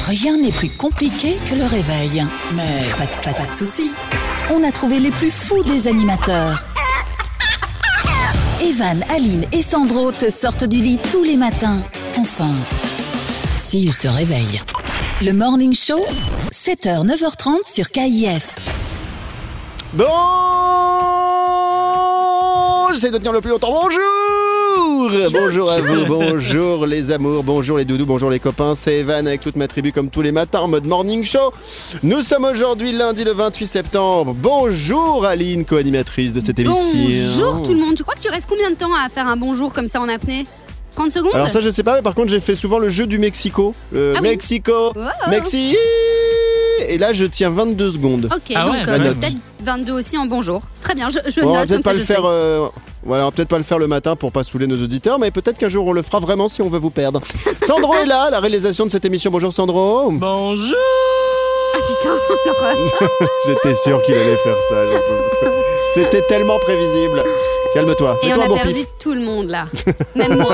Rien n'est plus compliqué que le réveil. Mais pas de soucis. On a trouvé les plus fous des animateurs. Evan, Aline et Sandro te sortent du lit tous les matins. Enfin, s'ils se réveillent. Le Morning Show, 7h, 9h30 sur KIF. Bon, j'essaie de tenir le plus longtemps. Bonjour à vous, bonjour les amours, bonjour les doudous, bonjour les copains. C'est Evan avec toute ma tribu comme tous les matins en mode Morning Show. Nous sommes aujourd'hui lundi le 28 septembre. Bonjour Aline, co-animatrice de cette émission. Bonjour tout le monde. Tu crois que tu restes combien de temps à faire un bonjour comme ça en apnée ? 30 secondes ? Alors ça je sais pas, mais par contre j'ai fait souvent le jeu du Mexico. Mexico, Mexique. Et là je tiens 22 secondes. Ok, donc peut-être 22 aussi en bonjour. Très bien, je note. On va peut-être comme pas ça, le faire. Voilà, on va peut-être pas le faire le matin pour pas saouler nos auditeurs, mais peut-être qu'un jour on le fera vraiment si on veut vous perdre. Sandro est là, la réalisation de cette émission. Bonjour Sandro. Bonjour. Ah putain, J'étais sûr qu'il allait faire ça. C'était tellement prévisible. Calme-toi. Et on a perdu tout le monde là. Même moi.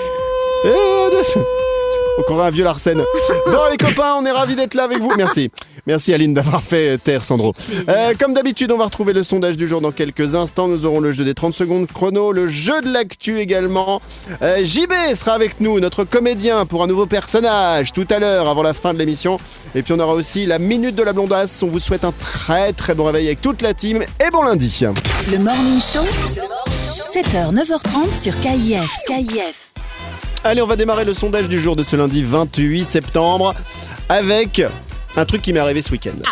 On aurait un vieux Larsen. Bon les copains, on est ravis d'être là avec vous. Merci Aline d'avoir fait taire Sandro. Comme d'habitude, on va retrouver le sondage du jour dans quelques instants. Nous aurons le jeu des 30 secondes chrono, le jeu de l'actu également. JB sera avec nous, notre comédien, pour un nouveau personnage tout à l'heure avant la fin de l'émission. Et puis on aura aussi la minute de la blondasse. On vous souhaite un très très bon réveil avec toute la team et bon lundi. Le Morning Show, 7h, 9h30 sur KIF. Allez, on va démarrer le sondage du jour de ce lundi 28 septembre avec un truc qui m'est arrivé ce week-end.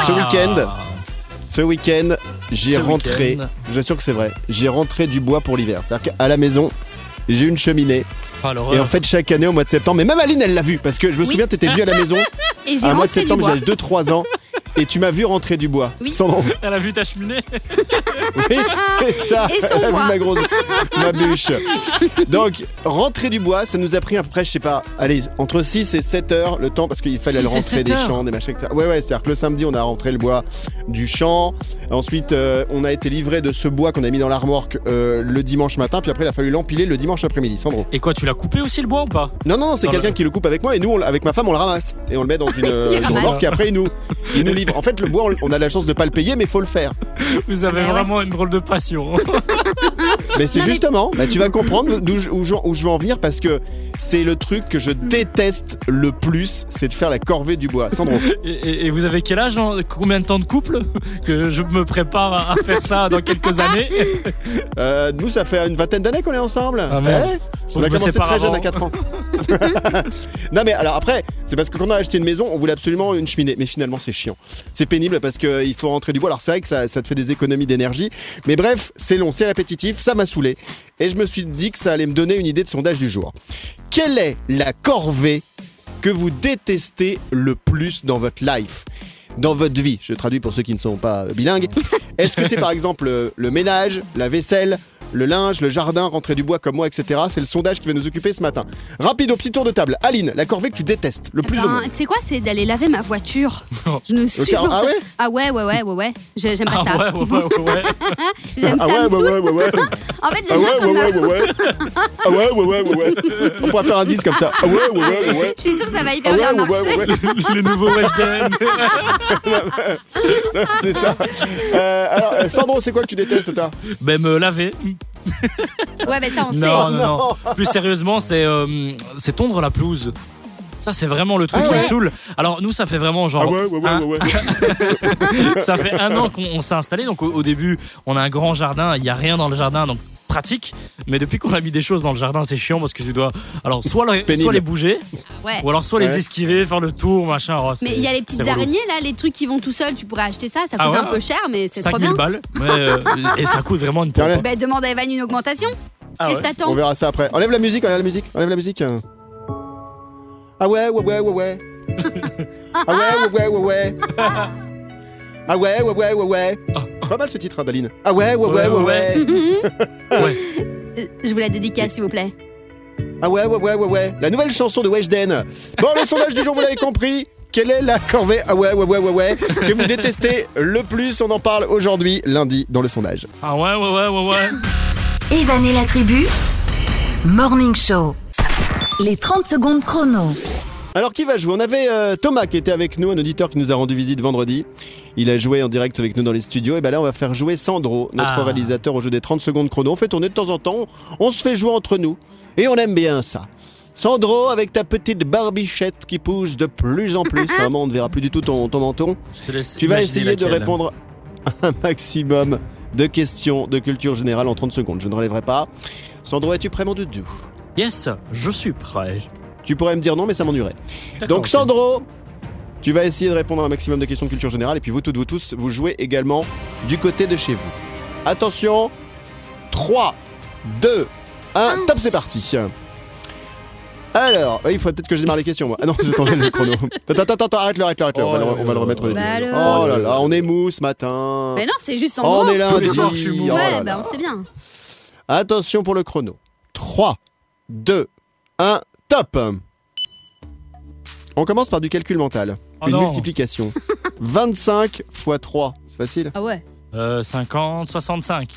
Ce week-end, j'ai rentré, je vous assure que c'est vrai, j'ai rentré du bois pour l'hiver. C'est-à-dire qu'à la maison, j'ai une cheminée. Et en fait, chaque année au mois de septembre, mais même Aline, elle l'a vu, parce que je me souviens, t'étais venue à la maison et à mois de septembre, j'avais 2-3 ans. Et tu m'as vu rentrer du bois. Oui. Elle a vu ta cheminée. Oui, c'est ça. Et son Elle a bois. vu ma bûche. Donc, rentrer du bois, ça nous a pris à peu près, je sais pas, allez, entre 6 et 7 heures le temps, parce qu'il fallait le rentrer des champs, des machins, etc. Ouais, c'est-à-dire que le samedi, on a rentré le bois du champ. Ensuite, on a été livré de ce bois qu'on a mis dans la remorque le dimanche matin. Puis après, il a fallu l'empiler le dimanche après-midi. Sandro. Et quoi, tu l'as coupé aussi le bois ou pas ? Non, c'est quelqu'un qui le coupe avec moi. Et nous, avec ma femme, on le ramasse. Et on le met dans une remorque. Et après, il nous livre. En fait, le bois, on a la chance de pas le payer, mais il faut le faire. Vous avez vraiment une drôle de passion. Mais c'est justement, tu vas comprendre où je veux en venir, parce que c'est le truc que je déteste le plus, c'est de faire la corvée du bois. Sandro. Et vous avez quel âge ? Combien de temps de couple ? Que je me prépare à faire ça dans quelques années. Nous, ça fait une vingtaine d'années qu'on est ensemble. Ah merde. On a commencé très jeune à 4 ans. Non mais alors après, c'est parce que quand on a acheté une maison, on voulait absolument une cheminée. Mais finalement, c'est chiant. C'est pénible parce qu'il faut rentrer du bois. Alors c'est vrai que ça te fait des économies d'énergie. Mais bref, c'est long, c'est répétitif, ça m'a saoulé. Et je me suis dit que ça allait me donner une idée de sondage du jour. Quelle est la corvée que vous détestez le plus dans votre life ? Dans votre vie, je traduis pour ceux qui ne sont pas bilingues. Est-ce que c'est par exemple le ménage, la vaisselle, le linge, le jardin, rentrer du bois comme moi, etc. C'est le sondage qui va nous occuper ce matin. Rapide, au petit tour de table. Aline, la corvée que tu détestes le plus au monde. Tu sais quoi, c'est d'aller laver ma voiture. Je ne suis toujours... Ah ouais. Ouais. J'aime pas ça. Ouais. J'aime ça. Ouais. En fait, j'aime bien comme Ouais. On pourrait faire un 10 comme ça. Ouais. Je suis sûre que ça va hyper bien marcher. Le nouveau Weshden. C'est ça. Alors, Sandro, c'est quoi que tu détestes, toi ? Ben, me laver. Ouais, mais ça, on sait. Non. Plus sérieusement, c'est tondre la pelouse. Ça, c'est vraiment le truc qui me saoule. Alors, nous, ça fait vraiment genre... Ouais. Ça fait 1 an qu'on s'est installé. Donc, au début, on a un grand jardin. Il n'y a rien dans le jardin, donc pratique. Mais depuis qu'on a mis des choses dans le jardin, c'est chiant parce que tu dois... Alors, soit les bouger, ou alors soit les esquiver, faire le tour, machin. Oh, mais il y a les petites araignées, là, les trucs qui vont tout seuls. Tu pourrais acheter ça. Ça coûte un peu cher, mais c'est trop bien. 5 000 balles. Et ça coûte vraiment une pompe. Bah, demande à Evan une augmentation. Qu'est-ce que t'attends ? On verra ça après. Enlève la musique. Ah ouais. C'est pas mal ce titre, Daline. Ah ouais. Je vous la dédicace, s'il vous plaît. Ah ouais. La nouvelle chanson de Weshden. Bon, le sondage du jour, vous l'avez compris. Quelle est la corvée que vous détestez le plus ? On en parle aujourd'hui, lundi, dans le sondage. Ah ouais. Evan et la tribu, Morning Show. Les 30 secondes chrono. Alors qui va jouer? On avait Thomas qui était avec nous, un auditeur qui nous a rendu visite vendredi. Il a joué en direct avec nous dans les studios. Et ben là on va faire jouer Sandro, notre réalisateur, au jeu des 30 secondes chrono. On fait tourner de temps en temps, on se fait jouer entre nous. Et on aime bien ça. Sandro, avec ta petite barbichette qui pousse de plus en plus, vraiment on ne verra plus du tout ton menton. Tu vas essayer de répondre à un maximum de questions de culture générale en 30 secondes. Je ne relèverai pas. Sandro, es-tu prêt mon doudou? Yes, je suis prêt. Tu pourrais me dire non, mais ça m'ennuierait. Donc Sandro, tu vas essayer de répondre à un maximum de questions de culture générale. Et puis vous toutes, vous tous, vous jouez également du côté de chez vous. Attention, 3, 2, 1, top, c'est parti. Alors, il faudrait peut-être que je démarre les questions, moi. Ah non, je t'enlève le chrono. Attends, arrête-le. On va le remettre au début. Oh là là, on est mou ce matin. Mais non, c'est juste Sandro. On est lundi. Tous les soirs, je suis mou. Ouais, bah on sait bien. Attention pour le chrono. 3, 2, 1, top. On commence par du calcul mental. Une multiplication. 25 x 3. C'est facile. Ah ouais. 50, 65.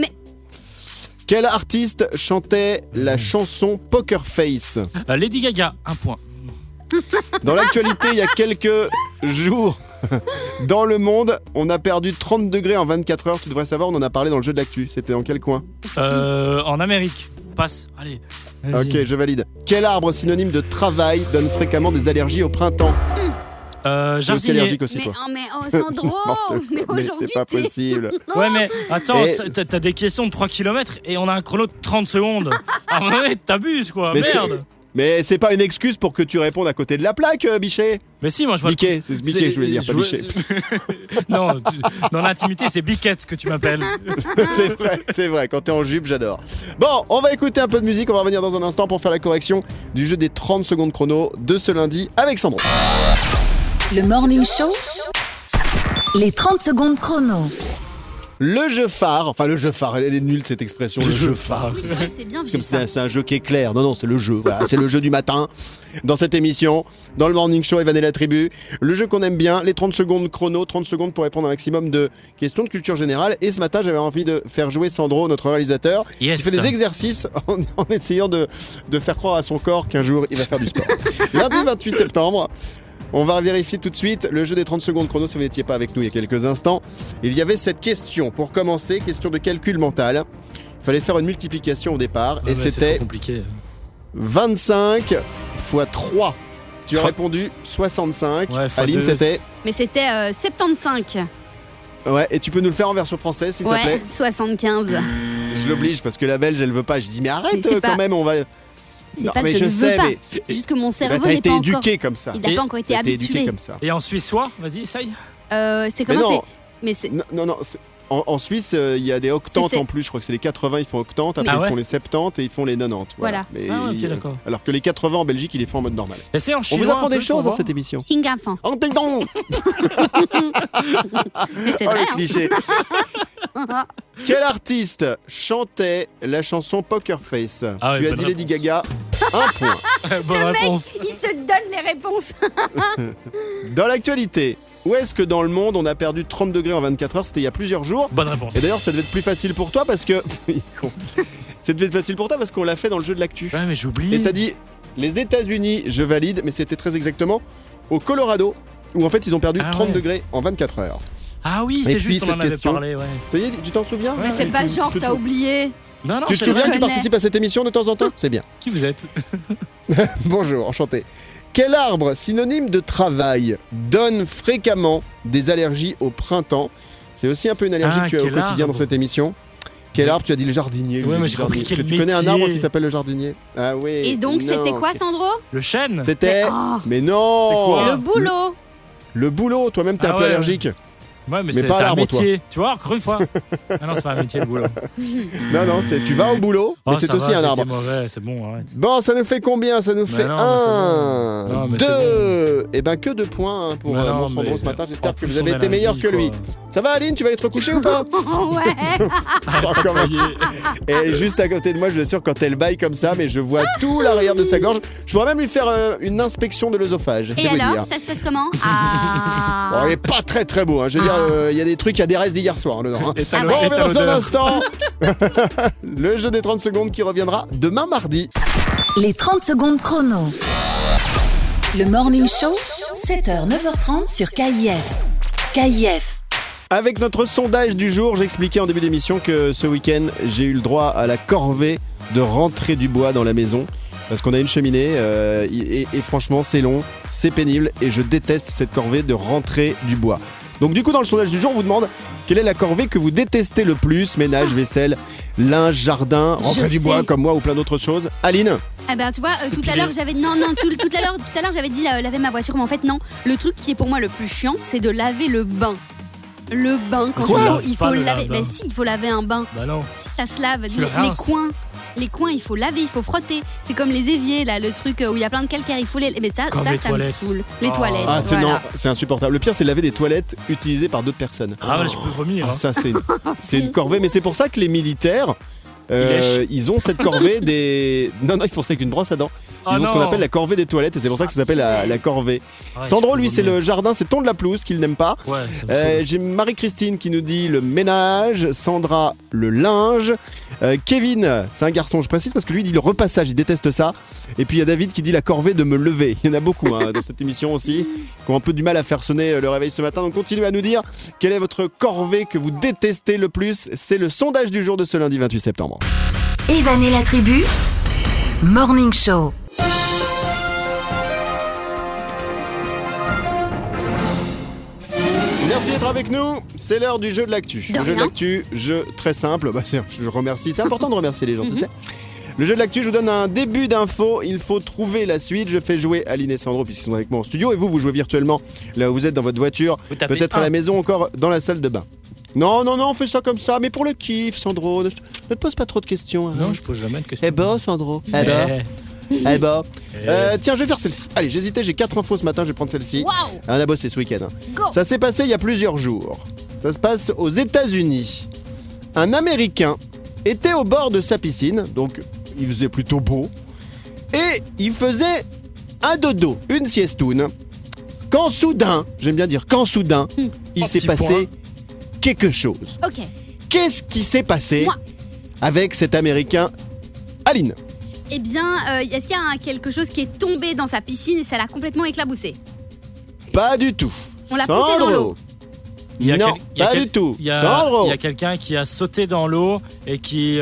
Quel artiste chantait la chanson Poker Face? Lady Gaga, 1 point. Dans l'actualité, il y a quelques jours, dans le monde, on a perdu 30 degrés en 24 heures. Tu devrais savoir, on en a parlé dans le jeu de l'actu. C'était dans quel coin? En Amérique. Passe, allez. Vas-y. Ok, je valide. Quel arbre synonyme de travail donne fréquemment des allergies au printemps? Jardinier. aussi allergique aussi, toi. Mais Sandro, mais aujourd'hui c'est pas possible. Ouais, mais attends, t'as des questions de 3 km et on a un chrono de 30 secondes. Ah ouais, t'abuses quoi, mais merde. Mais c'est pas une excuse pour que tu répondes à côté de la plaque, Bichet. Mais si, moi je vois. Biquet, c'est Biquet, je voulais dire, pas Bichet. Non, dans l'intimité, c'est Biquette que tu m'appelles. c'est vrai, quand t'es en jupe, j'adore. Bon, on va écouter un peu de musique, on va revenir dans un instant pour faire la correction du jeu des 30 secondes chrono de ce lundi avec Sandro. Le Morning Show, les 30 secondes chrono. Le jeu phare, elle est nulle cette expression, le jeu phare. Oui, c'est vrai que c'est bien vu. Comme c'est un jeu qui est clair. Non, c'est le jeu. Voilà, c'est le jeu du matin dans cette émission, dans le Morning Show Evan et la tribu. Le jeu qu'on aime bien, les 30 secondes chrono, 30 secondes pour répondre à un maximum de questions de culture générale. Et ce matin, j'avais envie de faire jouer Sandro, notre réalisateur, qui fait des exercices en essayant de faire croire à son corps qu'un jour il va faire du sport. Lundi 28 septembre. On va vérifier tout de suite le jeu des 30 secondes chrono. Si vous n'étiez pas avec nous il y a quelques instants, il y avait cette question. Pour commencer, question de calcul mental. Il fallait faire une multiplication au départ. Et c'était compliqué. 25 x 3. Tu as répondu 65. Ouais, Aline, c'était... Mais c'était 75. Ouais, et tu peux nous le faire en version française, s'il te plaît? Ouais, 75. Je l'oblige parce que la belge, elle veut pas. Je dis, mais arrête quand même, on va... C'est non, pas que je ne veux pas. C'est juste que mon cerveau n'est pas encore... éduqué comme ça. Il n'a pas encore été habitué. Comme ça. Et en suissois, vas-y, essaye. C'est comment c'est... Non. En Suisse, il y a des octantes en plus. Je crois que c'est les 80, ils font octantes. Après, ils font les 70 et ils font les 90. Voilà. Mais ok, d'accord. Alors que les 80 en Belgique, ils les font en mode normal. Essaye en chinois. On vous apprend des choses dans cette émission. Singapon. En t'entend. Mais c'est vrai. Cliché. Quel artiste chantait la chanson Poker Face? Tu as dit Lady Gaga. 1 point. Bonne réponse. Il se donne les réponses. Dans l'actualité, où est-ce que dans le monde on a perdu 30 degrés en 24 heures? C'était il y a plusieurs jours. Bonne réponse. Et d'ailleurs, ça devait être plus facile pour toi parce que. Ça devait être facile pour toi parce qu'on l'a fait dans le jeu de l'actu. Ouais, mais j'oublie. Et t'as dit les États-Unis, je valide, mais c'était très exactement au Colorado où en fait ils ont perdu 30 degrés en 24 heures. Ah oui, c'est juste, on en avait parlé, ouais. Ça y est, tu t'en souviens? Mais c'est pas genre, t'as oublié. Non, tu te souviens que tu participes à cette émission de temps en temps? C'est bien. Qui vous êtes? Bonjour, enchanté. Quel arbre, synonyme de travail, donne fréquemment des allergies au printemps? C'est aussi un peu une allergie que tu as au quotidien dans cette émission. Quel arbre? Tu as dit le jardinier. Ouais, mais j'ai compris quel métier. Tu connais un arbre qui s'appelle le jardinier? Ah oui. Et donc, c'était quoi, Sandro? Le chêne. C'était... Mais non. C'est quoi? Le bouleau. Le bouleau, toi-même t'es un peu allergique. Ouais, mais c'est un métier. Tu vois, encore une fois. Ah non, c'est pas un métier, le boulot. Non, tu vas au boulot, mais c'est aussi un arbre. Mauvais, c'est bon, arrête. Bon, ça nous fait combien? Ça nous fait 1, 2. Et ben que 2 points pour mon Sandro ce matin. J'espère que vous avez été meilleur que lui. Ça va, Aline? Tu vas aller te recoucher ou pas? Ouais. Et juste à côté de moi, je vous assure, quand elle baille comme ça, mais je vois tout l'arrière de sa gorge. Je pourrais même lui faire une inspection de l'œsophage. Et alors, ça se passe comment? Bon, il est pas très très beau, hein. Je veux dire, il y a des trucs, il y a des restes d'hier soir dedans. Hein. On revient dans un instant. Le jeu des 30 secondes qui reviendra demain mardi. Les 30 secondes chrono. Le Morning Show, 7h, 9h30 sur KIF. KIF. Avec notre sondage du jour, j'expliquais en début d'émission que ce week-end, j'ai eu le droit à la corvée de rentrer du bois dans la maison. Parce qu'on a une cheminée et franchement, c'est long, c'est pénible et je déteste cette corvée de rentrer du bois. Donc du coup, dans le sondage du jour, on vous demande quelle est la corvée que vous détestez le plus? Ménage, vaisselle, linge, jardin, rentrer du bois comme moi ou plein d'autres choses. Aline? Ah ben tu vois, tout à l'heure j'avais tout à l'heure j'avais dit laver ma voiture, mais en fait non. Le truc qui est pour moi le plus chiant, c'est de laver le bain. Le bain, quand il faut laver. Ben si, il faut laver un bain. Bah non. Si ça se lave, les coins, il faut laver, il faut frotter. C'est comme les éviers là, le truc où il y a plein de calcaire, il faut les. Mais ça me saoule. Les toilettes. Ah voilà. Non, c'est insupportable. Le pire, c'est laver des toilettes utilisées par d'autres personnes. Ah ouais, je peux vomir. Ça, c'est une corvée, mais c'est pour ça que les militaires. Ils ont cette corvée des. Non, ils font ça avec une brosse à dents. Ils ont ce qu'on appelle la corvée des toilettes et c'est pour ça que ça s'appelle la corvée. Ouais, Sandro, lui, c'est le jardin, c'est ton de la pelouse qu'il n'aime pas. Ouais, j'ai Marie-Christine qui nous dit le ménage, Sandra, le linge. Kevin, c'est un garçon, je précise, parce que lui, il dit le repassage, il déteste ça. Et puis il y a David qui dit la corvée de me lever. Il y en a beaucoup dans cette émission aussi, qui ont un peu du mal à faire sonner le réveil ce matin. Donc continuez à nous dire quelle est votre corvée que vous détestez le plus. C'est le sondage du jour de ce lundi 28 septembre. Evan et la tribu, Morning Show. Merci d'être avec nous, c'est l'heure du jeu de l'actu. Le jeu de l'actu, jeu très simple, je remercie, c'est important de remercier les gens, tu sais. Le jeu de l'actu, je vous donne un début d'info, il faut trouver la suite. Je fais jouer Aline et Sandro puisqu'ils sont avec moi en studio et vous jouez virtuellement là où vous êtes dans votre voiture, peut-être à la maison, encore dans la salle de bain. Non, on fait ça comme ça, mais pour le kiff, Sandro, ne te pose pas trop de questions. Non, je pose jamais de questions. Eh ben, Sandro, tiens, je vais faire celle-ci. Allez, j'hésitais, j'ai 4 infos ce matin, je vais prendre celle-ci. Wow. On a bossé ce week-end. Ça s'est passé il y a plusieurs jours. Ça se passe aux États-Unis. Un Américain était au bord de sa piscine, donc il faisait plutôt beau, et il faisait un dodo, une siestoune, quand soudain, j'aime bien dire quand soudain, il s'est passé quelque chose. Ok. Qu'est-ce qui s'est passé avec cet Américain, Aline? Eh bien, est-ce qu'il y a quelque chose qui est tombé dans sa piscine et ça l'a complètement éclaboussé? Pas du tout. On l'a poussé dans l'eau? Non, pas du tout. Il y a quelqu'un qui a sauté dans l'eau et qui...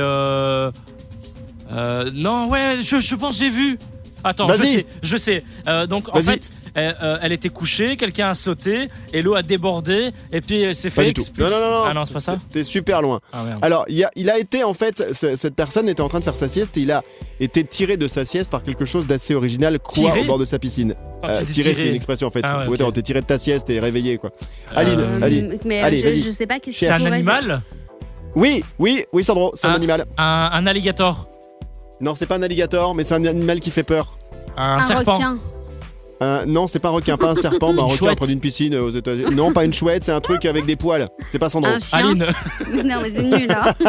non, ouais, je pense que j'ai vu. Attends, je sais. Donc en fait, elle était couchée, quelqu'un a sauté et l'eau a débordé et puis elle s'est fait expulser. Non. Ah non, c'est pas ça. T'es super loin. Ah, merde. Alors, il a été en fait, cette personne était en train de faire sa sieste et il a été tiré de sa sieste par quelque chose d'assez original. Quoi, au bord de sa piscine? Tirer, c'est une expression en fait. Ah ouais, okay. T'es tiré de ta sieste et réveillé quoi. Aline, mais allez, je sais pas qu'est-ce que c'est. Un animal? Oui, Sandro, c'est un animal. Un alligator? Non, c'est pas un alligator, mais c'est un animal qui fait peur. Un serpent? Requin. Non, c'est pas un requin, pas un serpent, un requin près d'une piscine aux États-Unis. Non, pas une chouette, c'est un truc avec des poils. C'est pas Sandro. Un chien. Aline. Non, mais c'est nul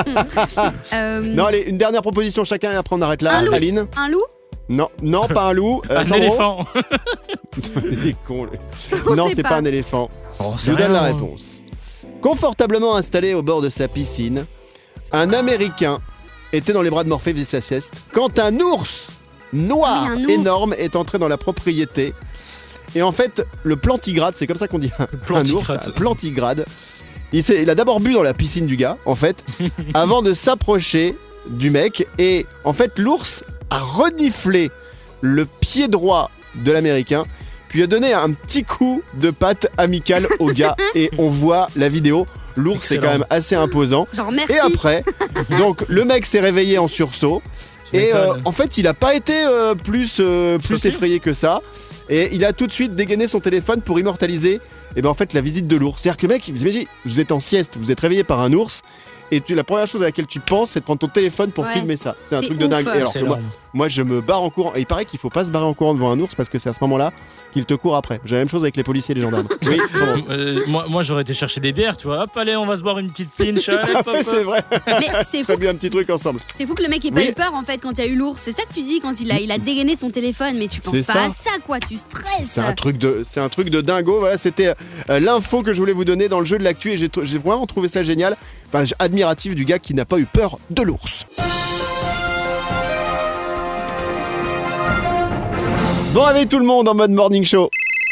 là. Non, allez, une dernière proposition chacun et après on arrête là. Un loup. Aline. Un loup? Non, pas un loup. Un Sandro. éléphant. Il est con, lui. Non, c'est pas un éléphant. Je vous donne la réponse. Confortablement installé au bord de sa piscine, un Américain était dans les bras de Morphée faisait sa sieste quand un ours noir énorme est entré dans la propriété. Et en fait, le plantigrade, c'est comme ça qu'on dit un ours, un plantigrade. Il a d'abord bu dans la piscine du gars, en fait, avant de s'approcher du mec. Et en fait, l'ours a reniflé le pied droit de l'Américain, puis a donné un petit coup de patte amical au gars. Et on voit la vidéo. L'ours est quand même assez imposant. Genre merci. Et après, donc le mec s'est réveillé en sursaut. Et en fait, il a pas été plus effrayé que ça. Et il a tout de suite dégainé son téléphone pour immortaliser en fait, la visite de l'ours. C'est-à-dire que le mec, vous imaginez, vous êtes en sieste, vous êtes réveillé par un ours. Et la première chose à laquelle tu penses, c'est de prendre ton téléphone pour filmer ça. C'est un truc de dingue. Et alors que moi, je me barre en courant. Et il paraît qu'il faut pas se barrer en courant devant un ours parce que c'est à ce moment-là qu'il te court après. J'ai la même chose avec les policiers et les gendarmes. Oui, moi, j'aurais été chercher des bières, tu vois. Hop, allez, on va se boire une petite pinch. C'est vrai. Mais c'est serait bien un petit truc ensemble. C'est fou que le mec ait pas eu peur en fait quand il y a eu l'ours. C'est ça que tu dis quand il a dégainé son téléphone. Mais tu penses pas à ça, quoi. Tu stresses. C'est un truc de dingo. Voilà, c'était l'info que je voulais vous donner dans le jeu de l'actu et j'ai vraiment trouvé ça génial. Enfin, admiratif du gars qui n'a pas eu peur de l'ours. Bon réveil tout le monde en mode morning show.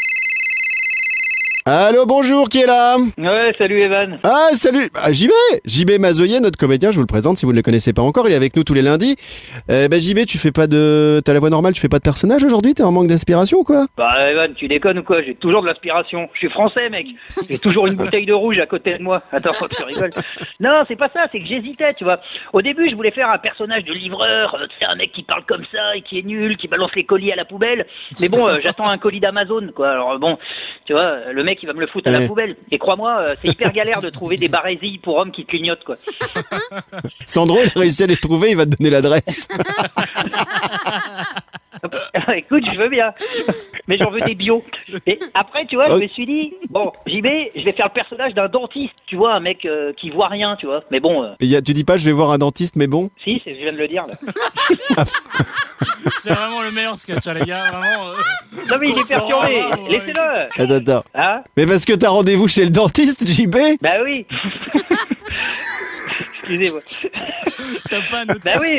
Allô, bonjour, qui est là? Ouais, salut Evan. Ah, salut, JB Mazoyer, notre comédien, je vous le présente si vous ne le connaissez pas encore, il est avec nous tous les lundis. JB, tu fais pas t'as la voix normale, tu fais pas de personnage aujourd'hui, t'es en manque d'inspiration ou quoi? Bah Evan, tu déconnes ou quoi? J'ai toujours de l'inspiration. Je suis français, mec. J'ai toujours une bouteille de rouge à côté de moi. Attends, tu rigoles. Non, c'est pas ça, c'est que j'hésitais, tu vois. Au début, je voulais faire un personnage de livreur, c'est un mec qui parle comme ça et qui est nul, qui balance les colis à la poubelle. Mais bon, j'attends un colis d'Amazon, quoi. Alors bon, tu vois, le mec il va me le foutre à la poubelle. Et crois-moi, c'est hyper galère de trouver des barésilles pour hommes qui clignotent, quoi. Sandro, il a réussi à les trouver, il va te donner l'adresse. Écoute, je veux bien, mais j'en veux des bio. Et après, tu vois, je me suis dit, bon, JB, je vais faire le personnage d'un dentiste, tu vois, un mec qui voit rien, tu vois. Mais bon. Tu dis pas, je vais voir un dentiste, mais bon. Si, je viens de le dire là. C'est vraiment le meilleur sketch, les gars, vraiment. Non mais il est perturbé. Laissez-le. Attends. Hein? Mais parce que t'as rendez-vous chez le dentiste, JB? Bah oui. Excusez-moi. T'as pas noté. Bah oui.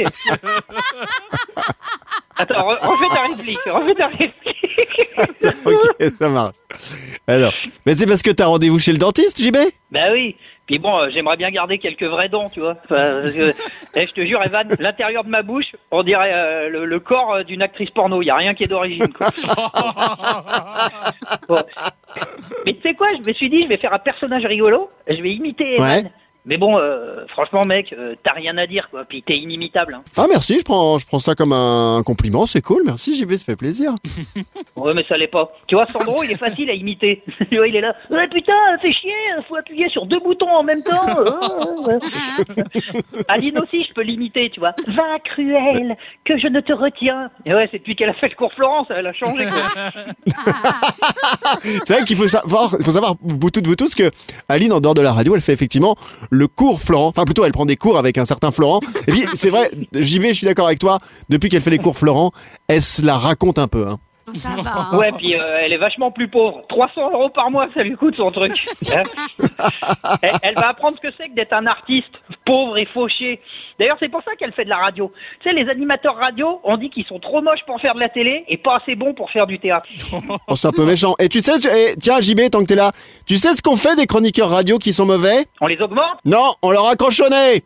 Attends, refais ta réplique. Ok, ça marche. Alors, mais c'est parce que t'as rendez-vous chez le dentiste, JB? Bah oui. Puis bon, j'aimerais bien garder quelques vrais dents, tu vois. Enfin, parce que, je te jure, Evan, l'intérieur de ma bouche, on dirait le corps d'une actrice porno. Il y a rien qui est d'origine, quoi. Bon. Mais tu sais quoi, je me suis dit, je vais faire un personnage rigolo. Je vais imiter Evan. Ouais. Mais bon, franchement, mec, t'as rien à dire, quoi. Puis t'es inimitable. Hein. Ah merci, je prends ça comme un compliment, c'est cool, merci JB, ça fait plaisir. Ouais, mais ça l'est pas. Tu vois, Sandro, il est facile à imiter. Tu vois, il est là. Ouais, putain, fais chier, faut appuyer sur 2 boutons en même temps. Aline aussi, je peux l'imiter, tu vois. Va, cruel, que je ne te retiens. Et ouais, c'est depuis qu'elle a fait le cours Florence, elle a changé, quoi. C'est vrai qu'il faut savoir, vous tous, que Aline, en dehors de la radio, elle fait effectivement le cours Florent. Enfin, plutôt, elle prend des cours avec un certain Florent. Et puis, c'est vrai, JB, je suis d'accord avec toi, depuis qu'elle fait les cours Florent, elle se la raconte un peu, hein. Ça va. Hein. Ouais, puis elle est vachement plus pauvre. 300 € par mois, ça lui coûte son truc. Elle va apprendre ce que c'est que d'être un artiste pauvre et fauché. D'ailleurs, c'est pour ça qu'elle fait de la radio. Tu sais, les animateurs radio, on dit qu'ils sont trop moches pour faire de la télé et pas assez bons pour faire du théâtre. Oh, c'est un peu méchant. Et tu sais, tiens, JB, tant que t'es là, tu sais ce qu'on fait des chroniqueurs radio qui sont mauvais? On les augmente? Non, on leur accroche au nez.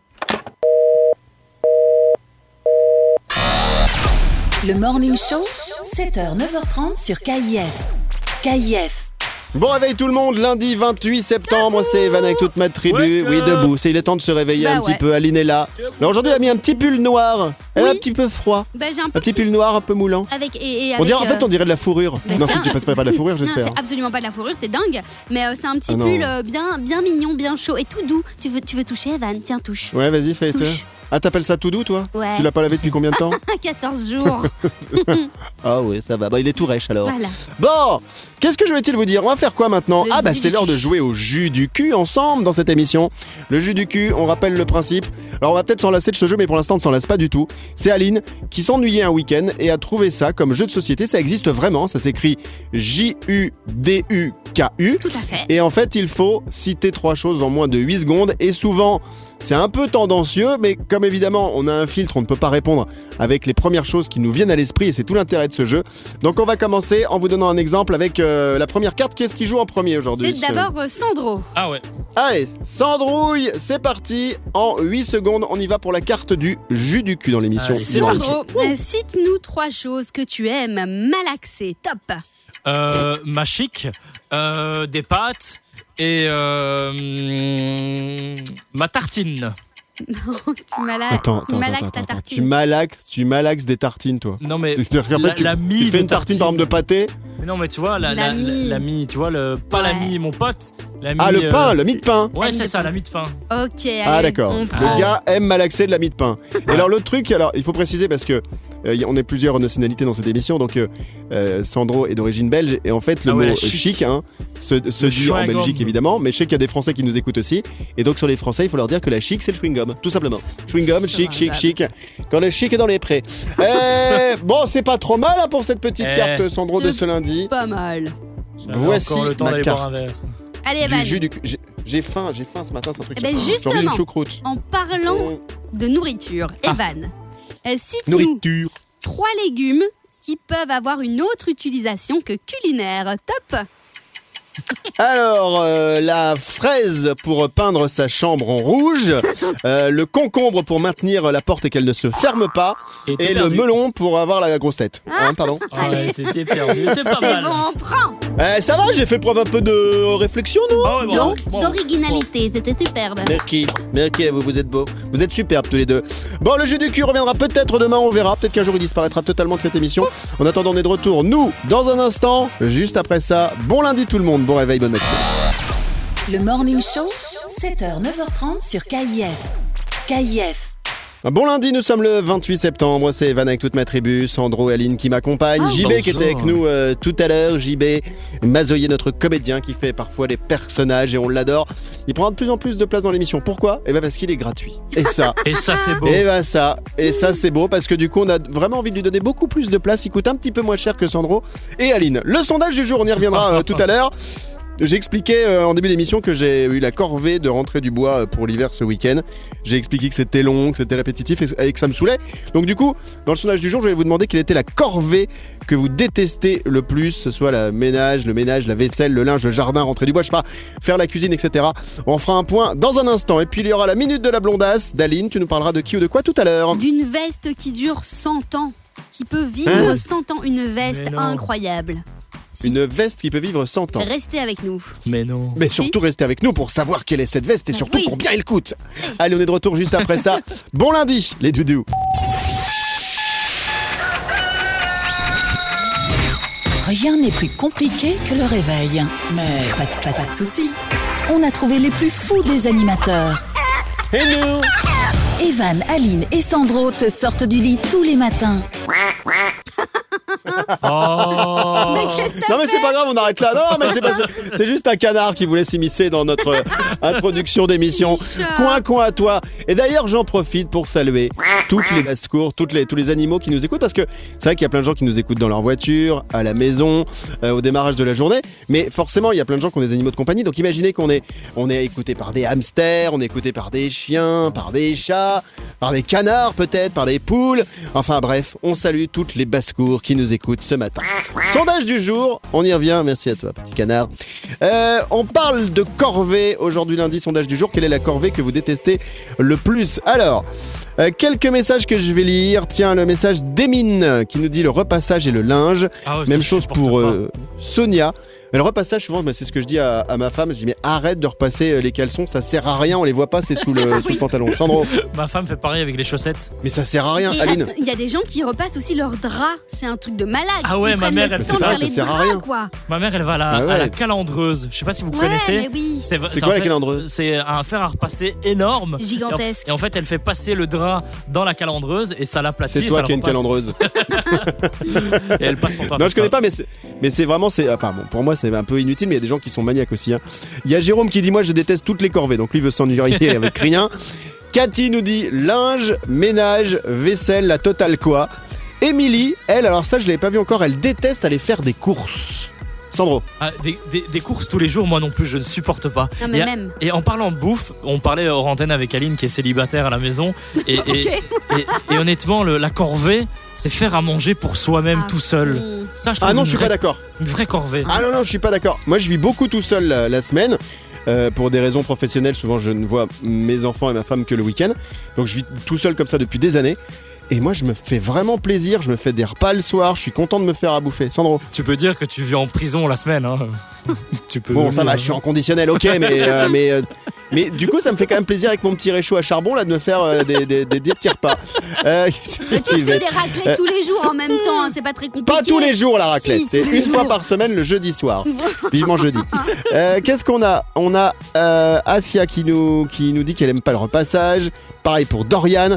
Le Morning Show, 7h, 9h30 sur KIF. KIF. Bon réveil tout le monde, lundi 28 septembre, c'est Evan avec toute ma tribu. Oui, debout, il est temps de se réveiller un petit peu. Aline est là. Alors aujourd'hui, elle a mis un petit pull noir. Elle a un petit peu froid. Bah, j'ai un petit pull noir un peu moulant. Avec, on dirait, en fait, on dirait de la fourrure. Bah, non, si tu passes pas de la fourrure, j'espère. Non, c'est absolument pas de la fourrure, t'es dingue. Mais c'est un petit pull bien mignon, bien chaud et tout doux. Tu veux toucher, Evan? Tiens, touche. Ouais, vas-y, fais ça. Ah, t'appelles ça tout doux, toi? Ouais. Tu l'as pas lavé depuis combien de temps? 14 jours. Ah oui, ça va. Bah, il est tout rêche alors. Voilà. Bon, qu'est-ce que je vais-il vous dire? On va faire quoi maintenant? C'est l'heure de jouer au jus du cul ensemble dans cette émission. Le jus du cul, on rappelle le principe. Alors, on va peut-être s'en lasser de ce jeu, mais pour l'instant, on ne s'en lasse pas du tout. C'est Aline qui s'ennuyait un week-end et a trouvé ça comme jeu de société. Ça existe vraiment. Ça s'écrit Juduku. Tout à fait. Et en fait, il faut citer 3 choses en moins de 8 secondes. Et souvent, c'est un peu tendancieux, mais comme évidemment on a un filtre, on ne peut pas répondre avec les premières choses qui nous viennent à l'esprit et c'est tout l'intérêt de ce jeu. Donc on va commencer en vous donnant un exemple avec la première carte. Qu'est-ce qui joue en premier aujourd'hui? C'est d'abord Sandro. Ah ouais. Allez, Sandrouille, c'est parti. En 8 secondes, on y va pour la carte du jus du cul dans l'émission. Sandro, cite-nous 3 choses que tu aimes malaxer. Top. Ma chic, des pâtes et ma tartine. Tu malaxes ta tartine. Tu malaxes des tartines, toi. Non mais tu fais une tartine par exemple de pâté. Mais non mais tu vois la mie, tu vois la mie, mon pote. Le pain, le mie de pain. Ouais, c'est ça, la mie de pain. Ok. Allez, ah d'accord. Le gars aime malaxer de la mie de pain. Et alors l'autre truc, il faut préciser parce que on est plusieurs nationalités dans cette émission, donc Sandro est d'origine belge et en fait le mot chic se dit en Belgique évidemment, mais je sais qu'il y a des Français qui nous écoutent aussi et donc sur les Français il faut leur dire que la chic c'est le chewing-gum, tout simplement. Chewing-gum, chic. Quand le chic est dans les prés. Bon, c'est pas trop mal pour cette petite carte Sandro de ce lundi. Pas mal. Voici encore le temps ma d'aller carte. boire un verre. Allez, Evan. J'ai faim ce matin, c'est un truc. Justement, j'ai envie d'une choucroute. En parlant de nourriture, Evan, cite-nous Nourriture. 3 légumes qui peuvent avoir une autre utilisation que culinaire. Top. Alors, la fraise pour peindre sa chambre en rouge, le concombre pour maintenir la porte et qu'elle ne se ferme pas, et le melon pour avoir la grosse tête. Pardon. Ouais, c'était perdu, c'est pas mal. C'est bon, on prend. Ça va, j'ai fait preuve un peu de réflexion, non? Ah ouais, Non, bon. d'originalité, c'était superbe. Merci à vous, vous êtes beaux. Vous êtes superbes tous les deux. Bon, le jeu du cul reviendra peut-être demain, on verra. Peut-être qu'un jour il disparaîtra totalement de cette émission. En attendant, on est de retour, nous, dans un instant. Juste après ça, bon lundi tout le monde, bon réveil, bonne matinée. Le Morning Show, 7h, 9h30 sur KIF. Bon lundi, nous sommes le 28 septembre, c'est Evan avec toute ma tribu, Sandro et Aline qui m'accompagnent, JB bonjour. qui était avec nous tout à l'heure, JB Mazoyer, notre comédien qui fait parfois des personnages et on l'adore. Il prend de plus en plus de place dans l'émission. Pourquoi ? Eh ben parce qu'il est gratuit. Et ça, c'est beau. et ça c'est beau parce que du coup on a vraiment envie de lui donner beaucoup plus de place, il coûte un petit peu moins cher que Sandro et Aline. Le sondage du jour, on y reviendra tout à l'heure. J'expliquais en début d'émission que j'ai eu la corvée de rentrer du bois pour l'hiver ce week-end. J'ai expliqué que c'était long, que c'était répétitif et que ça me saoulait. Donc du coup, dans le sondage du jour, je vais vous demander quelle était la corvée que vous détestez le plus, ce soit le ménage, la vaisselle, le linge, le jardin, rentrer du bois, je sais pas, faire la cuisine, etc. On fera un point dans un instant. Et puis il y aura la minute de la blondasse d'Aline. Tu nous parleras de qui ou de quoi tout à l'heure ? D'une veste qui dure 100 ans, qui peut vivre 100 ans, une veste incroyable. Une veste qui peut vivre 100 ans. Restez avec nous. Mais non. Mais surtout, restez avec nous pour savoir quelle est cette veste et surtout oui. combien elle coûte. Allez, on est de retour juste après ça. Bon lundi, les doudous. Rien n'est plus compliqué que le réveil. Mais pas de soucis. On a trouvé les plus fous des animateurs. Et nous ? Evan, Aline et Sandro te sortent du lit tous les matins. Oh. Mais qu'est-ce que t'as Non mais c'est pas grave, on arrête là. Non mais c'est juste un canard qui voulait s'immiscer dans notre introduction d'émission. Coin à toi. Et d'ailleurs j'en profite pour saluer toutes les basses-cours, tous les animaux qui nous écoutent parce que c'est vrai qu'il y a plein de gens qui nous écoutent dans leur voiture, à la maison, au démarrage de la journée. Mais forcément il y a plein de gens qui ont des animaux de compagnie. Donc imaginez qu'on est écouté par des hamsters, on est écouté par des chiens, par des chats, par des canards peut-être, par des poules. Enfin bref, on salue toutes les basses-cours qui nous écoutent ce matin. Sondage du jour, on y revient, merci à toi petit canard. On parle de corvée aujourd'hui lundi, sondage du jour, quelle est la corvée que vous détestez le plus ? Alors, quelques messages que je vais lire. Tiens, le message d'Emine qui nous dit le repassage et le linge. Ah ouais, même chose pour Sonia. Mais le repassage, souvent, c'est ce que je dis à ma femme. Je dis, mais arrête de repasser les caleçons, ça sert à rien, on les voit pas, c'est sous le pantalon. Sandro. Ma femme fait pareil avec les chaussettes. Mais ça sert à rien, Et Aline. il y a des gens qui repassent aussi leurs draps. C'est un truc de malade. Ah ouais, Ils ma prennent mère, le elle temps fait de ça, faire ça les sert à draps, rien. quoi. Ma mère, elle va à la calandreuse. Je sais pas si vous connaissez. Mais oui. C'est quoi la calandreuse ? C'est un fer à repasser énorme. Gigantesque. Et en fait, elle fait passer le drap dans la calandreuse et ça l'aplatit. C'est toi qui as une calandreuse. Et elle passe son temps à Non, faire je connais ça. pas, mais c'est vraiment, enfin bon, pour moi c'est un peu inutile, mais il y a des gens qui sont maniaques aussi. Hein. Il y a Jérôme qui dit moi je déteste toutes les corvées, donc lui veut s'ennuyer avec rien. Cathy nous dit linge, ménage, vaisselle, la totale quoi. Émilie, elle, alors ça je l'avais pas vu encore, elle déteste aller faire des courses. Sandro. Ah, des courses tous les jours, moi non plus, je ne supporte pas. Non, mais même. Et en parlant de bouffe, on parlait hors antenne avec Aline qui est célibataire à la maison. Et honnêtement, la corvée, c'est faire à manger pour soi-même tout seul. Ça, je trouve Ah non, je suis pas d'accord. Une vraie corvée. Ah non, je suis pas d'accord. Moi je vis beaucoup tout seul la semaine. Pour des raisons professionnelles, souvent je ne vois mes enfants et ma femme que le week-end. Donc je vis tout seul comme ça depuis des années. Et moi, je me fais vraiment plaisir. Je me fais des repas le soir. Je suis content de me faire à bouffer. Sandro. Tu peux dire que tu vis en prison la semaine. Hein. Tu peux Bon, ça va, je suis en conditionnel, ok, mais du coup, ça me fait quand même plaisir avec mon petit réchaud à charbon là de me faire des petits repas. Mais tu te fais des raclettes tous les jours en même temps, hein, c'est pas très compliqué. Pas tous les jours la raclette, Si, c'est tous les une fois jours. par semaine le jeudi soir. Vivement jeudi. Qu'est-ce qu'on a ? On a Asia qui nous dit qu'elle aime pas le repassage. Pareil pour Dorian.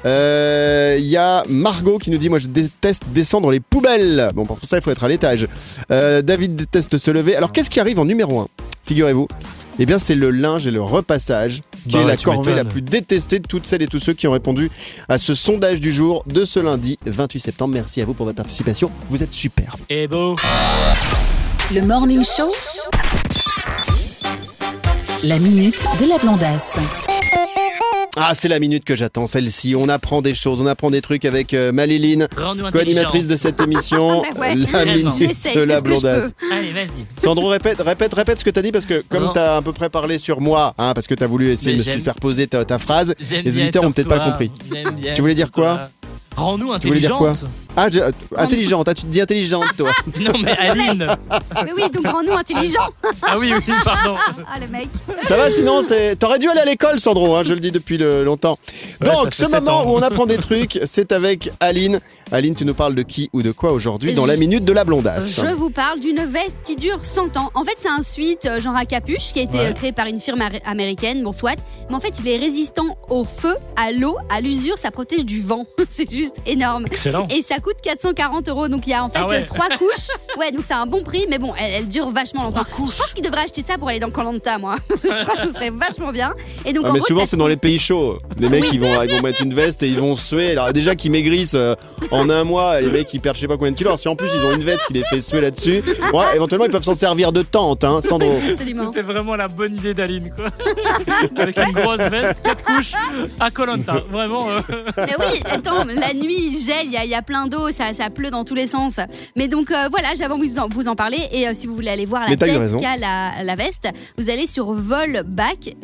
Il y a Margot qui nous dit moi je déteste descendre les poubelles. Bon, pour ça il faut être à l'étage. David déteste se lever. Alors qu'est-ce qui arrive en numéro 1 ? Figurez-vous. Eh bien c'est le linge et le repassage qui est la corvée la plus détestée de toutes celles et tous ceux qui ont répondu à ce sondage du jour de ce lundi 28 septembre. Merci à vous pour votre participation. Vous êtes super. Et beau. Le Morning Show, la minute de la blondasse. Ah, c'est la minute que j'attends, celle-ci. On apprend des choses, on apprend des trucs avec Maléline, co-animatrice de cette émission. Ouais. La minute de la blondasse. Allez, vas-y. Sandro, répète ce que t'as dit, parce que comme t'as à peu près parlé sur moi, parce que t'as voulu essayer de me superposer ta phrase, les auditeurs ont peut-être pas compris. Tu voulais dire quoi ? Rends-nous Tu voulais dire quoi ? intelligente. Intelligente, tu te dis intelligente, toi. Non, mais Aline. Mais oui, donc rends-nous intelligents. Ah oui, pardon. Ah, le mec. Ça va, sinon, t'aurais dû aller à l'école, Sandro, je le dis depuis longtemps. Ouais, Donc, ça ce fait moment 7 ans. où on apprend des trucs, c'est avec Aline. Aline, tu nous parles de qui ou de quoi aujourd'hui dans la minute de la blondasse ? Je vous parle d'une veste qui dure 100 ans. En fait, c'est un sweat genre à capuche qui a été créé par une firme américaine, bon soit. Mais en fait, il est résistant au feu, à l'eau, à l'usure, ça protège du vent. C'est juste énorme. Excellent. Et ça coûte 440 €. Donc il y a en fait 3 couches. Ouais, donc c'est un bon prix, mais bon, elle dure vachement longtemps. Je pense qu'il devrait acheter ça pour aller dans Koh Lanta, moi. Parce que je pense que ce serait vachement bien. Et donc, mais souvent, c'est dans les pays chauds. Les mecs, ils vont mettre une veste et ils vont suer. Alors, déjà qu'ils maigrissent en un mois, les mecs, ils perdent je sais pas combien de kilos. Alors, si en plus, ils ont une veste qui les fait suer là-dessus, éventuellement, ils peuvent s'en servir de tente, Sandro. Absolument. C'était vraiment la bonne idée d'Aline, quoi. Avec une grosse veste, 4 couches à Koh Lanta. Vraiment. Mais oui, attends, la nuit, il gèle, il y a plein d'eau, ça pleut dans tous les sens. Mais donc voilà, j'avais envie de vous en parler. Et si vous voulez aller voir la tête qu'a la veste, vous allez sur volback,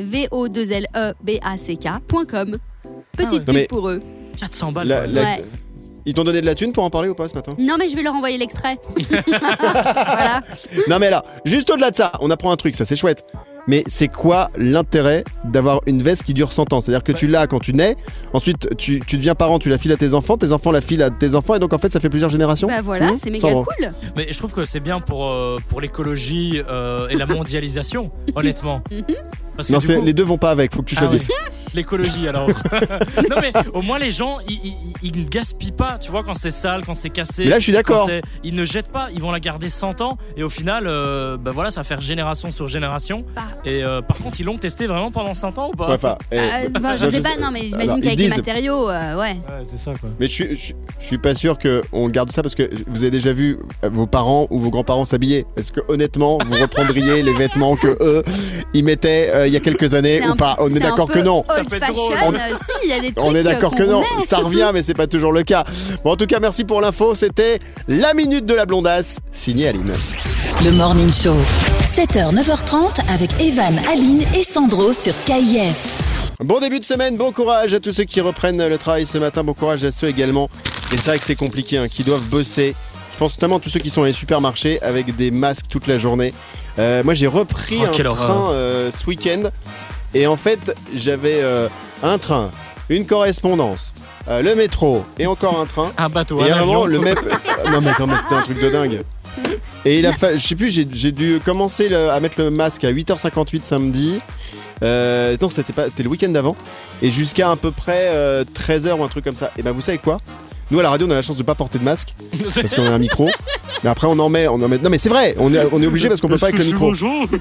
VOLEBACK.com. Petite pub pour eux. 400 balles. Ils t'ont donné de la thune pour en parler ou pas ce matin ? Non, mais je vais leur envoyer l'extrait. Voilà. Non, mais là, juste au-delà de ça, on apprend un truc, ça c'est chouette. Mais c'est quoi l'intérêt d'avoir une veste qui dure 100 ans ? C'est-à-dire que tu l'as quand tu nais, ensuite tu deviens parent, tu la files à tes enfants la filent à tes enfants, et donc en fait ça fait plusieurs générations. Bah voilà, c'est méga cool. Mais je trouve que c'est bien pour l'écologie et la mondialisation, honnêtement. Parce que non, les deux vont pas avec, faut que tu choisisses. Oui. L'écologie alors. Non mais au moins les gens ils ne gaspillent pas, tu vois, quand c'est sale, quand c'est cassé. Mais là je suis d'accord. Ils ne jettent pas, ils vont la garder 100 ans et au final voilà, ça va faire génération sur génération. Et par contre ils l'ont testé vraiment pendant 100 ans ou pas ? Je sais pas, non mais j'imagine qu'avec les matériaux, ouais, c'est ça quoi. Mais je suis pas sûr qu'on garde ça parce que vous avez déjà vu vos parents ou vos grands-parents s'habiller. Est-ce que honnêtement vous reprendriez les vêtements que eux ils mettaient il y a quelques années ou pas ? On est d'accord que non. Ça peut être drôle. Si, y a des trucs on est d'accord que non, ça revient mais c'est pas toujours le cas. Bon, en tout cas merci pour l'info, c'était la minute de la blondasse, signé Aline. Le Morning Show, 7h, 9h30 avec Evan, Aline et Sandro sur KIF. Bon début de semaine, bon courage à tous ceux qui reprennent le travail ce matin, bon courage à ceux également, et c'est vrai que c'est compliqué, qui doivent bosser. Je pense notamment à tous ceux qui sont dans les supermarchés avec des masques toute la journée. Moi j'ai repris un train ce week-end. Et en fait, j'avais un train, une correspondance, le métro et encore un train. Un bateau, et un avion. Le même. Non mais attends, mais c'était un truc de dingue. Et il a fallu, je sais plus, j'ai dû commencer à mettre le masque à 8h58 samedi. Non, c'était le week-end d'avant. Et jusqu'à à peu près 13h ou un truc comme ça. Et ben vous savez quoi ? Nous à la radio on a la chance de pas porter de masque parce qu'on a un micro. Mais après on en met. Non mais c'est vrai, on est obligé parce qu'on peut pas avec le micro. Mais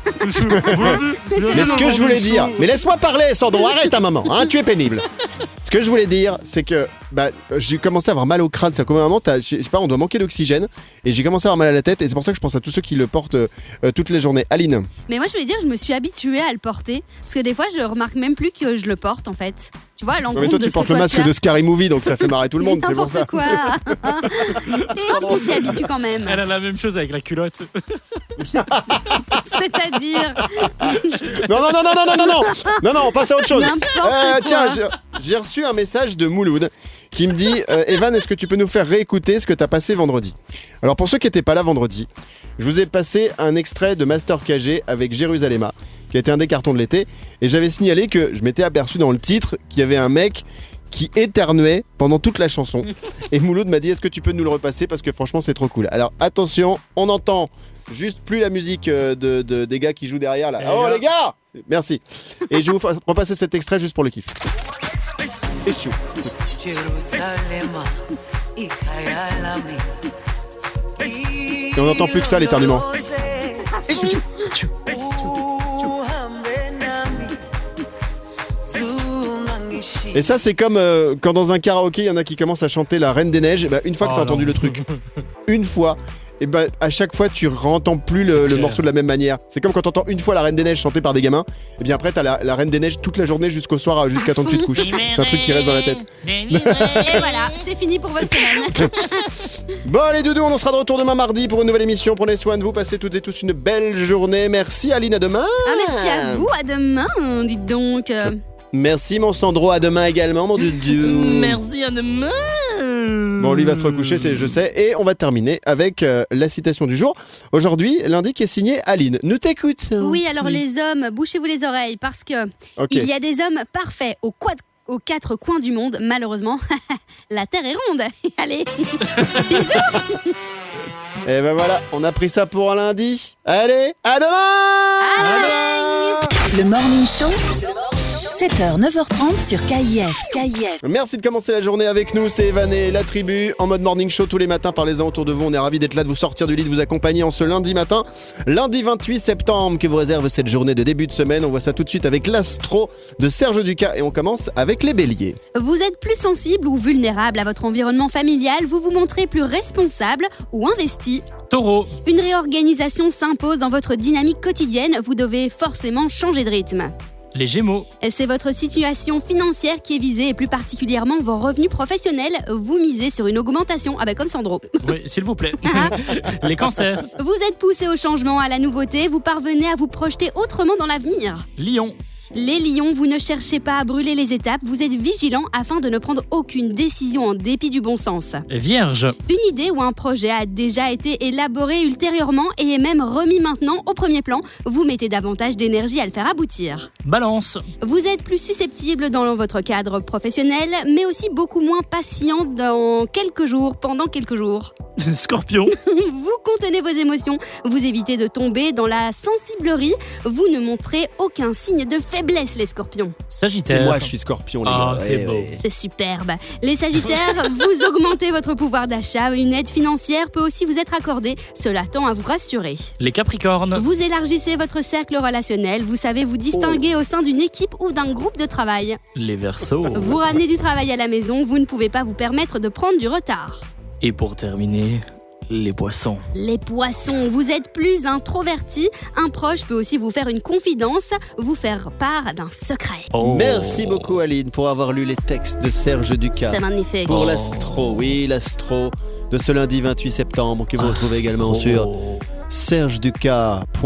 ce que je voulais dire, mais laisse-moi parler Sandro, arrête ta maman, tu es pénible. Ce que je voulais dire, c'est que j'ai commencé à avoir mal au crâne. C'est comme un moment, je sais pas, on doit manquer d'oxygène et j'ai commencé à avoir mal à la tête et c'est pour ça que je pense à tous ceux qui le portent toutes les journées. Aline. Mais moi je voulais dire, je me suis habituée à le porter parce que des fois je remarque même plus que je le porte en fait. Tu vois, à l'encontre de ce que tu portes le masque de Scary Movie donc ça fait marrer tout le monde, c'est pour ça. Quoi. Je pense qu'on s'y habitue quand même. Elle a la même chose avec la culotte. C'est-à-dire. Non, on passe à autre chose. N'importe tiens, j'ai reçu un message de Mouloud qui me dit Evan, est-ce que tu peux nous faire réécouter ce que t'as passé vendredi ? Alors pour ceux qui n'étaient pas là vendredi, je vous ai passé un extrait de Master KG avec Jérusalema, qui a été un des cartons de l'été, et j'avais signalé que je m'étais aperçu dans le titre qu'il y avait un mec qui éternuait pendant toute la chanson. Et Mouloud m'a dit est-ce que tu peux nous le repasser parce que franchement c'est trop cool. Alors attention, on entend juste plus la musique des gars qui jouent derrière là. Oh les gars, merci. Et je vais vous repasser cet extrait juste pour le kiff. Et chou. Et on n'entend plus que ça l'éternuement. Et chou. Et ça c'est comme quand dans un karaoké il y en a qui commencent à chanter la Reine des Neiges. Une fois que t'as entendu le truc une fois, et ben à chaque fois tu rentends plus le morceau de la même manière. C'est comme quand t'entends une fois la Reine des Neiges chantée par des gamins, et bien après t'as la Reine des Neiges toute la journée jusqu'au soir, jusqu'à temps que tu te couches. C'est un truc qui reste dans la tête. Et voilà, c'est fini pour votre semaine. Bon allez doudou, on en sera de retour demain mardi pour une nouvelle émission. Prenez soin de vous, passez toutes et tous une belle journée. Merci Aline, à demain. Merci à vous, à demain, dites donc. Merci mon Sandro, à demain également mon doudou. Merci, à demain. Bon, lui va se recoucher, je sais. Et on va terminer avec la citation du jour. Aujourd'hui, lundi, qui est signé Aline. Nous t'écoutons. Oui, alors les hommes, bouchez-vous les oreilles parce que il y a des hommes parfaits aux 4 coins du monde. Malheureusement, la Terre est ronde. Allez, bisous. Et ben voilà, on a pris ça pour un lundi. Allez, à demain. Le Morning Show, 7h, 9h30 sur KIF. Merci de commencer la journée avec nous, c'est Evan et la tribu en mode morning show tous les matins. Parlez-en autour de vous, on est ravis d'être là, de vous sortir du lit, de vous accompagner en ce lundi matin. Lundi 28 septembre, que vous réserve cette journée de début de semaine. On voit ça tout de suite avec l'astro de Serge Ducas et on commence avec les béliers. Vous êtes plus sensible ou vulnérable à votre environnement familial, vous vous montrez plus responsable ou investi. Taureau. Une réorganisation s'impose dans votre dynamique quotidienne, vous devez forcément changer de rythme. Les Gémeaux. C'est votre situation financière qui est visée et plus particulièrement vos revenus professionnels. Vous misez sur une augmentation, comme Sandro. Oui, s'il vous plaît. Les Cancers. Vous êtes poussé au changement, à la nouveauté, vous parvenez à vous projeter autrement dans l'avenir. Lion. Les lions, vous ne cherchez pas à brûler les étapes, vous êtes vigilants afin de ne prendre aucune décision en dépit du bon sens. Vierge. Une idée ou un projet a déjà été élaboré ultérieurement et est même remis maintenant au premier plan. Vous mettez davantage d'énergie à le faire aboutir. Balance. Vous êtes plus susceptible dans votre cadre professionnel, mais aussi beaucoup moins patient pendant quelques jours. Scorpion. Vous contenez vos émotions, vous évitez de tomber dans la sensiblerie, vous ne montrez aucun signe de faiblesse, les scorpions. Sagittaire. C'est moi, je suis scorpion, les gars. C'est beau. C'est superbe. Les sagittaires, vous augmentez votre pouvoir d'achat, une aide financière peut aussi vous être accordée, cela tend à vous rassurer. Les Capricornes. Vous élargissez votre cercle relationnel, vous savez vous distinguer au sein d'une équipe ou d'un groupe de travail. Les Verseaux. Vous ramenez du travail à la maison, vous ne pouvez pas vous permettre de prendre du retard. Et pour terminer, les Poissons. Les Poissons, vous êtes plus introvertis. Un proche peut aussi vous faire une confidence, vous faire part d'un secret. Merci beaucoup Aline pour avoir lu les textes de Serge Ducas. C'est magnifique. Pour l'astro, l'astro de ce lundi 28 septembre que vous retrouvez également sur sergeducas.be.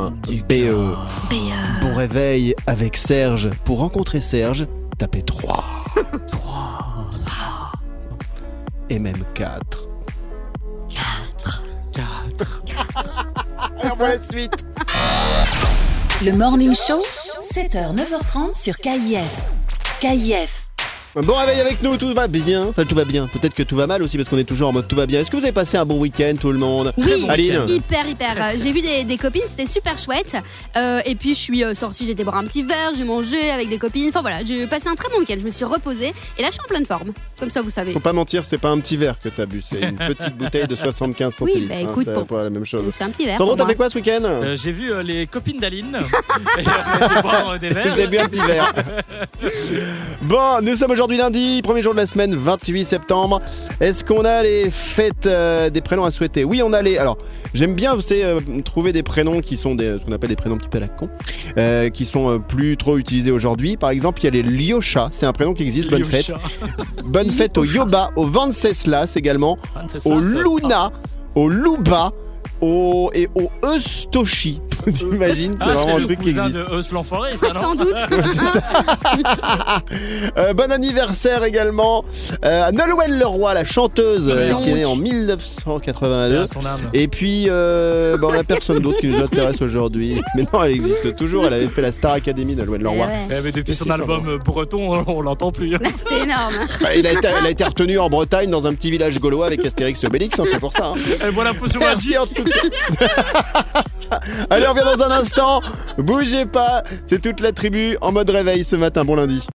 Bon réveil avec Serge. Pour rencontrer Serge, tapez 3. 3. Et même 4. 4. Et on voit la suite. Le Morning Show, 7h, 9h30 sur KIF. Bon réveil avec nous, tout va bien. Enfin, tout va bien. Peut-être que tout va mal aussi parce qu'on est toujours en mode tout va bien. Est-ce que vous avez passé un bon week-end, tout le monde? Oui, Aline. hyper. J'ai vu des copines, c'était super chouette. Et puis je suis sortie, j'étais boire un petit verre, j'ai mangé avec des copines. Enfin voilà, j'ai passé un très bon week-end. Je me suis reposée et là je suis en pleine forme. Comme ça, vous savez. Faut pas mentir, c'est pas un petit verre que t'as bu, c'est une petite bouteille de 75 centilitres. Oui, bah écoute, c'est pas la même chose. C'est un petit verre. Sandro, t'as fait quoi ce week-end? J'ai vu les copines d'Aline. Et on a été boire des verres. Vous avez bu un petit verre. Bon, nous sommes aujourd'hui lundi, premier jour de la semaine, 28 septembre. Est-ce qu'on a les fêtes des prénoms à souhaiter? Oui, on a les... Alors, j'aime bien, vous savez, trouver des prénoms qui sont ce qu'on appelle des prénoms un petit peu à la con, qui sont plus trop utilisés aujourd'hui. Par exemple, il y a les Lyosha, c'est un prénom qui existe. Bonne fête. Bonne fête au Yoba, au Venceslas également, au Luna, au Luba, et au Eustoshi. T'imagines, c'est vraiment un truc qui existe. C'est de Eus l'enfoiré, ça, non? Sans doute. Bon anniversaire également à Nolwenn Leroy, la chanteuse qui est née en 1982. Son âme. Et puis, on a personne d'autre qui nous intéresse aujourd'hui. Mais non, elle existe toujours. Elle avait fait la Star Academy, Nolwenn Leroy. Ouais. Mais depuis son album breton, on l'entend plus. C'est énorme. Elle a été retenue en Bretagne dans un petit village gaulois avec Astérix et Obélix, c'est pour ça. Et voilà, potion Merci magique. en tout cas. Allez, on revient dans un instant. Bougez pas, c'est toute la tribu en mode réveil ce matin. Bon lundi.